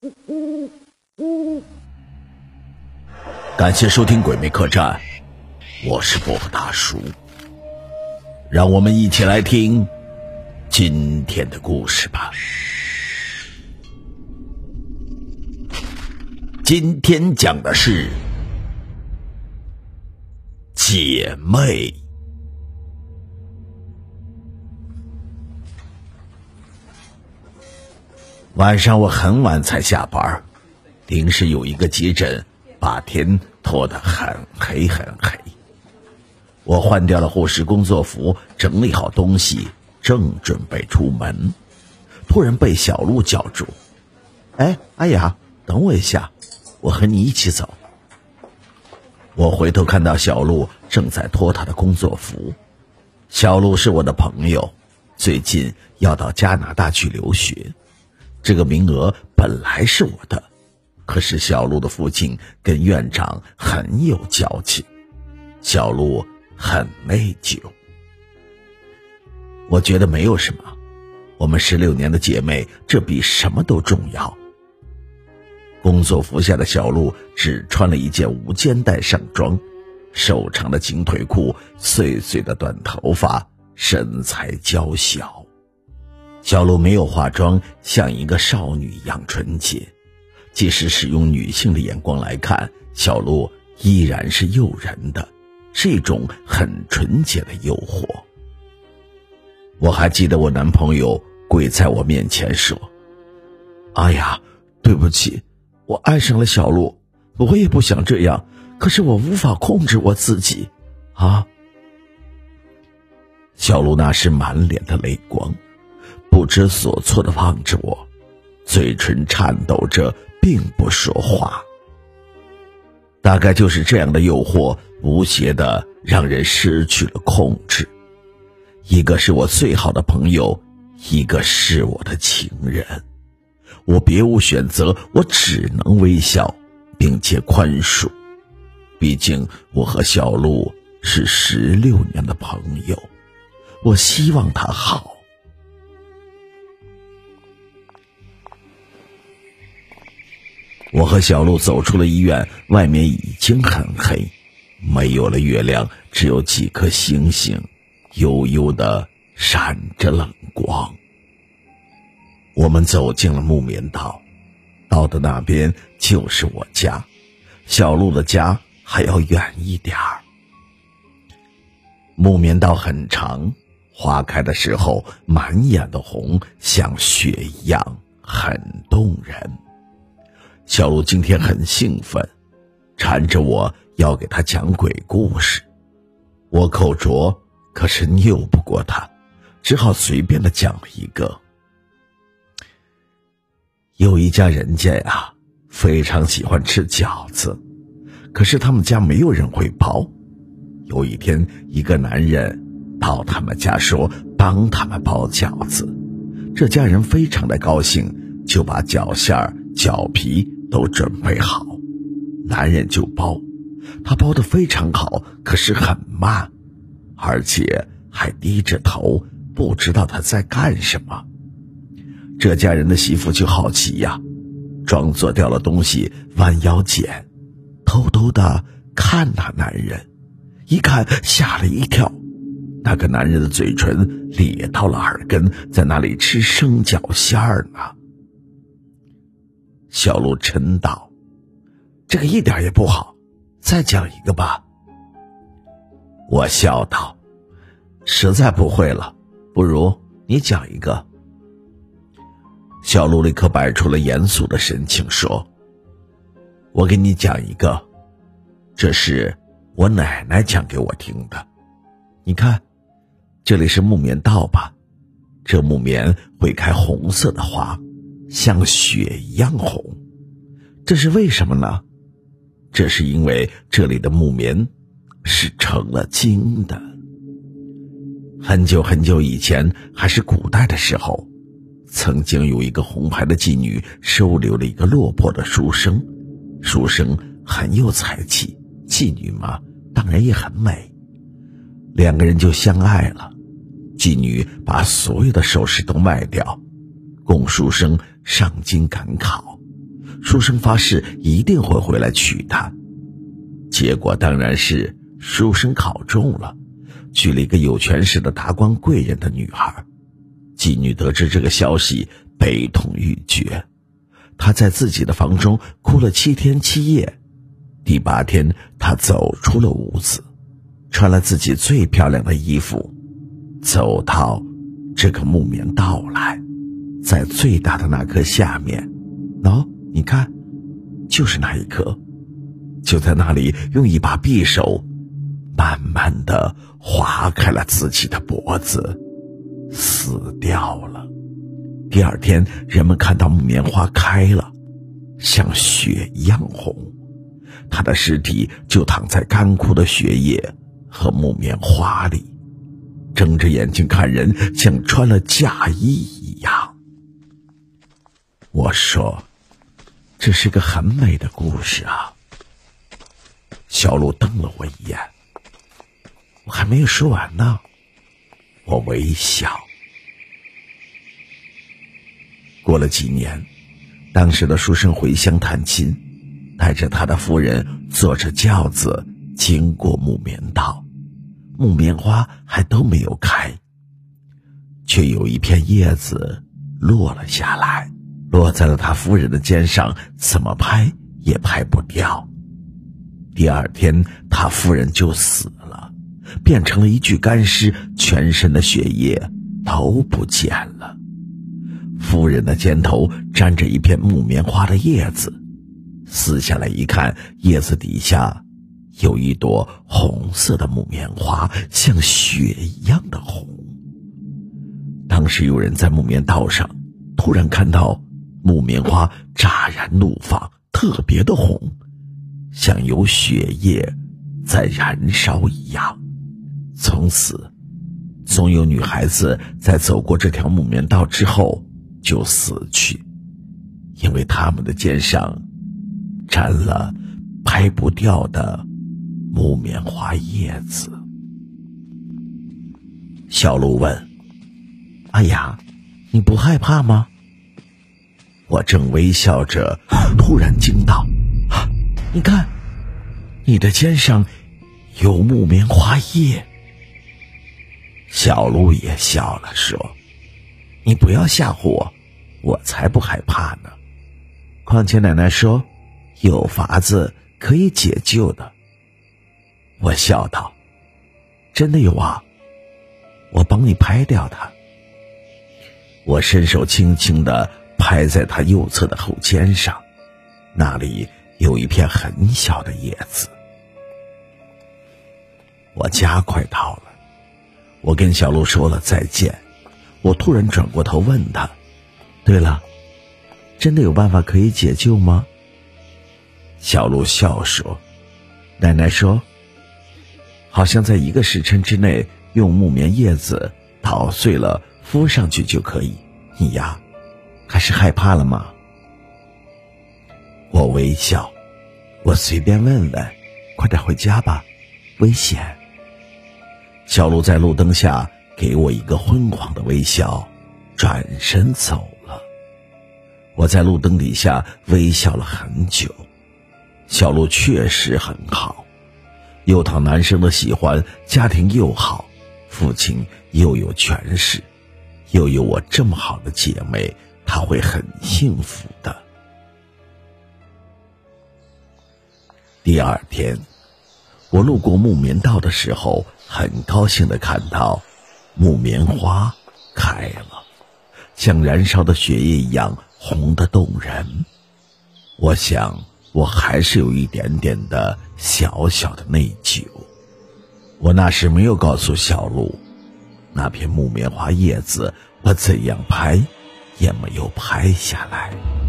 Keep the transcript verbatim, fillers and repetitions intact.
感谢收听《鬼魅客栈》，我是波波大叔，让我们一起来听今天的故事吧。今天讲的是姐妹。晚上我很晚才下班，临时有一个急诊，把天拖得很黑很黑。我换掉了护士工作服，整理好东西，正准备出门，突然被小鹿叫住。哎，阿雅，等我一下，我和你一起走。我回头看到小鹿正在脱她的工作服。小鹿是我的朋友，最近要到加拿大去留学，这个名额本来是我的，可是小鹿的父亲跟院长很有交情，小鹿很内疚。我觉得没有什么，我们十六年的姐妹，这比什么都重要。工作服下的小鹿只穿了一件无肩带上装，瘦长的紧腿裤，碎碎的短头发，身材娇小。小鹿没有化妆，像一个少女一样纯洁，即使使用女性的眼光来看，小鹿依然是诱人的，是一种很纯洁的诱惑。我还记得我男朋友跪在我面前说：哎呀，对不起，我爱上了小鹿，我也不想这样，可是我无法控制我自己啊。小鹿那时满脸的泪光，不知所措地望着我，嘴唇颤抖着，并不说话。大概就是这样的诱惑，无邪地让人失去了控制。一个是我最好的朋友，一个是我的情人，我别无选择，我只能微笑，并且宽恕。毕竟我和小鹿是十六年的朋友，我希望他好。我和小鹿走出了医院，外面已经很黑，没有了月亮，只有几颗星星悠悠地闪着冷光。我们走进了木棉道，道的那边就是我家，小鹿的家还要远一点儿。木棉道很长，花开的时候满眼的红，像雪一样，很动人。小鹿今天很兴奋，缠着我要给他讲鬼故事。我口拙，可是拗不过他，只好随便的讲了一个。有一家人家呀，非常喜欢吃饺子，可是他们家没有人会包。有一天，一个男人到他们家说帮他们包饺子，这家人非常的高兴，就把饺馅儿、饺皮都准备好，男人就包。他包得非常好，可是很慢，而且还低着头，不知道他在干什么。这家人的媳妇就好奇呀，装作掉了东西，弯腰捡，偷偷地看那男人，一看吓了一跳，那个男人的嘴唇咧到了耳根，在那里吃生饺馅儿呢。小鹿嗔道：这个一点也不好，再讲一个吧。我笑道：实在不会了，不如你讲一个。小鹿立刻摆出了严肃的神情说：我给你讲一个，这是我奶奶讲给我听的。你看，这里是木棉道吧，这木棉会开红色的花，像雪一样红，这是为什么呢？这是因为这里的木棉是成了精的。很久很久以前，还是古代的时候，曾经有一个红牌的妓女收留了一个落魄的书生，书生很有才气，妓女嘛，当然也很美，两个人就相爱了。妓女把所有的首饰都卖掉，供书生上京赶考。 书生发誓一定会回来娶她。结果当然是书生考中了，娶了一个有权势的达官贵人的女孩。妓女得知这个消息，悲痛欲绝，她在自己的房中哭了七天七夜。第八天，她走出了屋子，穿了自己最漂亮的衣服，走到这个木棉道来，在最大的那棵下面，喏，你看，就是那一棵，就在那里用一把匕首慢慢地划开了自己的脖子，死掉了。第二天，人们看到木棉花开了，像血一样红，他的尸体就躺在干枯的血液和木棉花里，睁着眼睛看人，像穿了嫁衣一样。我说，这是个很美的故事啊。小鹿瞪了我一眼，我还没有说完呢。我微笑。过了几年，当时的书生回乡探亲，带着他的夫人坐着轿子经过木棉道，木棉花还都没有开，却有一片叶子落了下来，落在了他夫人的肩上，怎么拍也拍不掉。第二天，他夫人就死了，变成了一具干尸，全身的血液都不见了。夫人的肩头沾着一片木棉花的叶子，撕下来一看，叶子底下有一朵红色的木棉花，像血一样的红。当时有人在木棉道上突然看到木棉花乍然怒放，特别的红，像有血液在燃烧一样。从此，总有女孩子在走过这条木棉道之后就死去，因为她们的肩上沾了拍不掉的木棉花叶子。小鹿问：哎呀，你不害怕吗？我正微笑着，突然惊道：你看，你的肩上有木棉花叶。小鹿也笑了，说：你不要吓唬我，我才不害怕呢。况且奶奶说有法子可以解救的。我笑道：真的有啊，我帮你拍掉它。我伸手轻轻地拍在他右侧的后肩上，那里有一片很小的叶子。我加快到了，我跟小鹿说了再见。我突然转过头问他：对了，真的有办法可以解救吗？小鹿笑说：奶奶说好像在一个时辰之内用木棉叶子捣碎了敷上去就可以。你呀，还是害怕了吗？我微笑：我随便问问，快点回家吧，危险。小鹿在路灯下给我一个昏黄的微笑，转身走了。我在路灯底下微笑了很久。小鹿确实很好，又讨男生的喜欢，家庭又好，父亲又有权势，又有我这么好的姐妹，她会很幸福的。第二天，我路过木棉道的时候，很高兴地看到木棉花开了，像燃烧的血液一样红得动人。我想我还是有一点点的小小的内疚。我那时没有告诉小鹿，那片木棉花叶子我怎样拍也没有拍下来。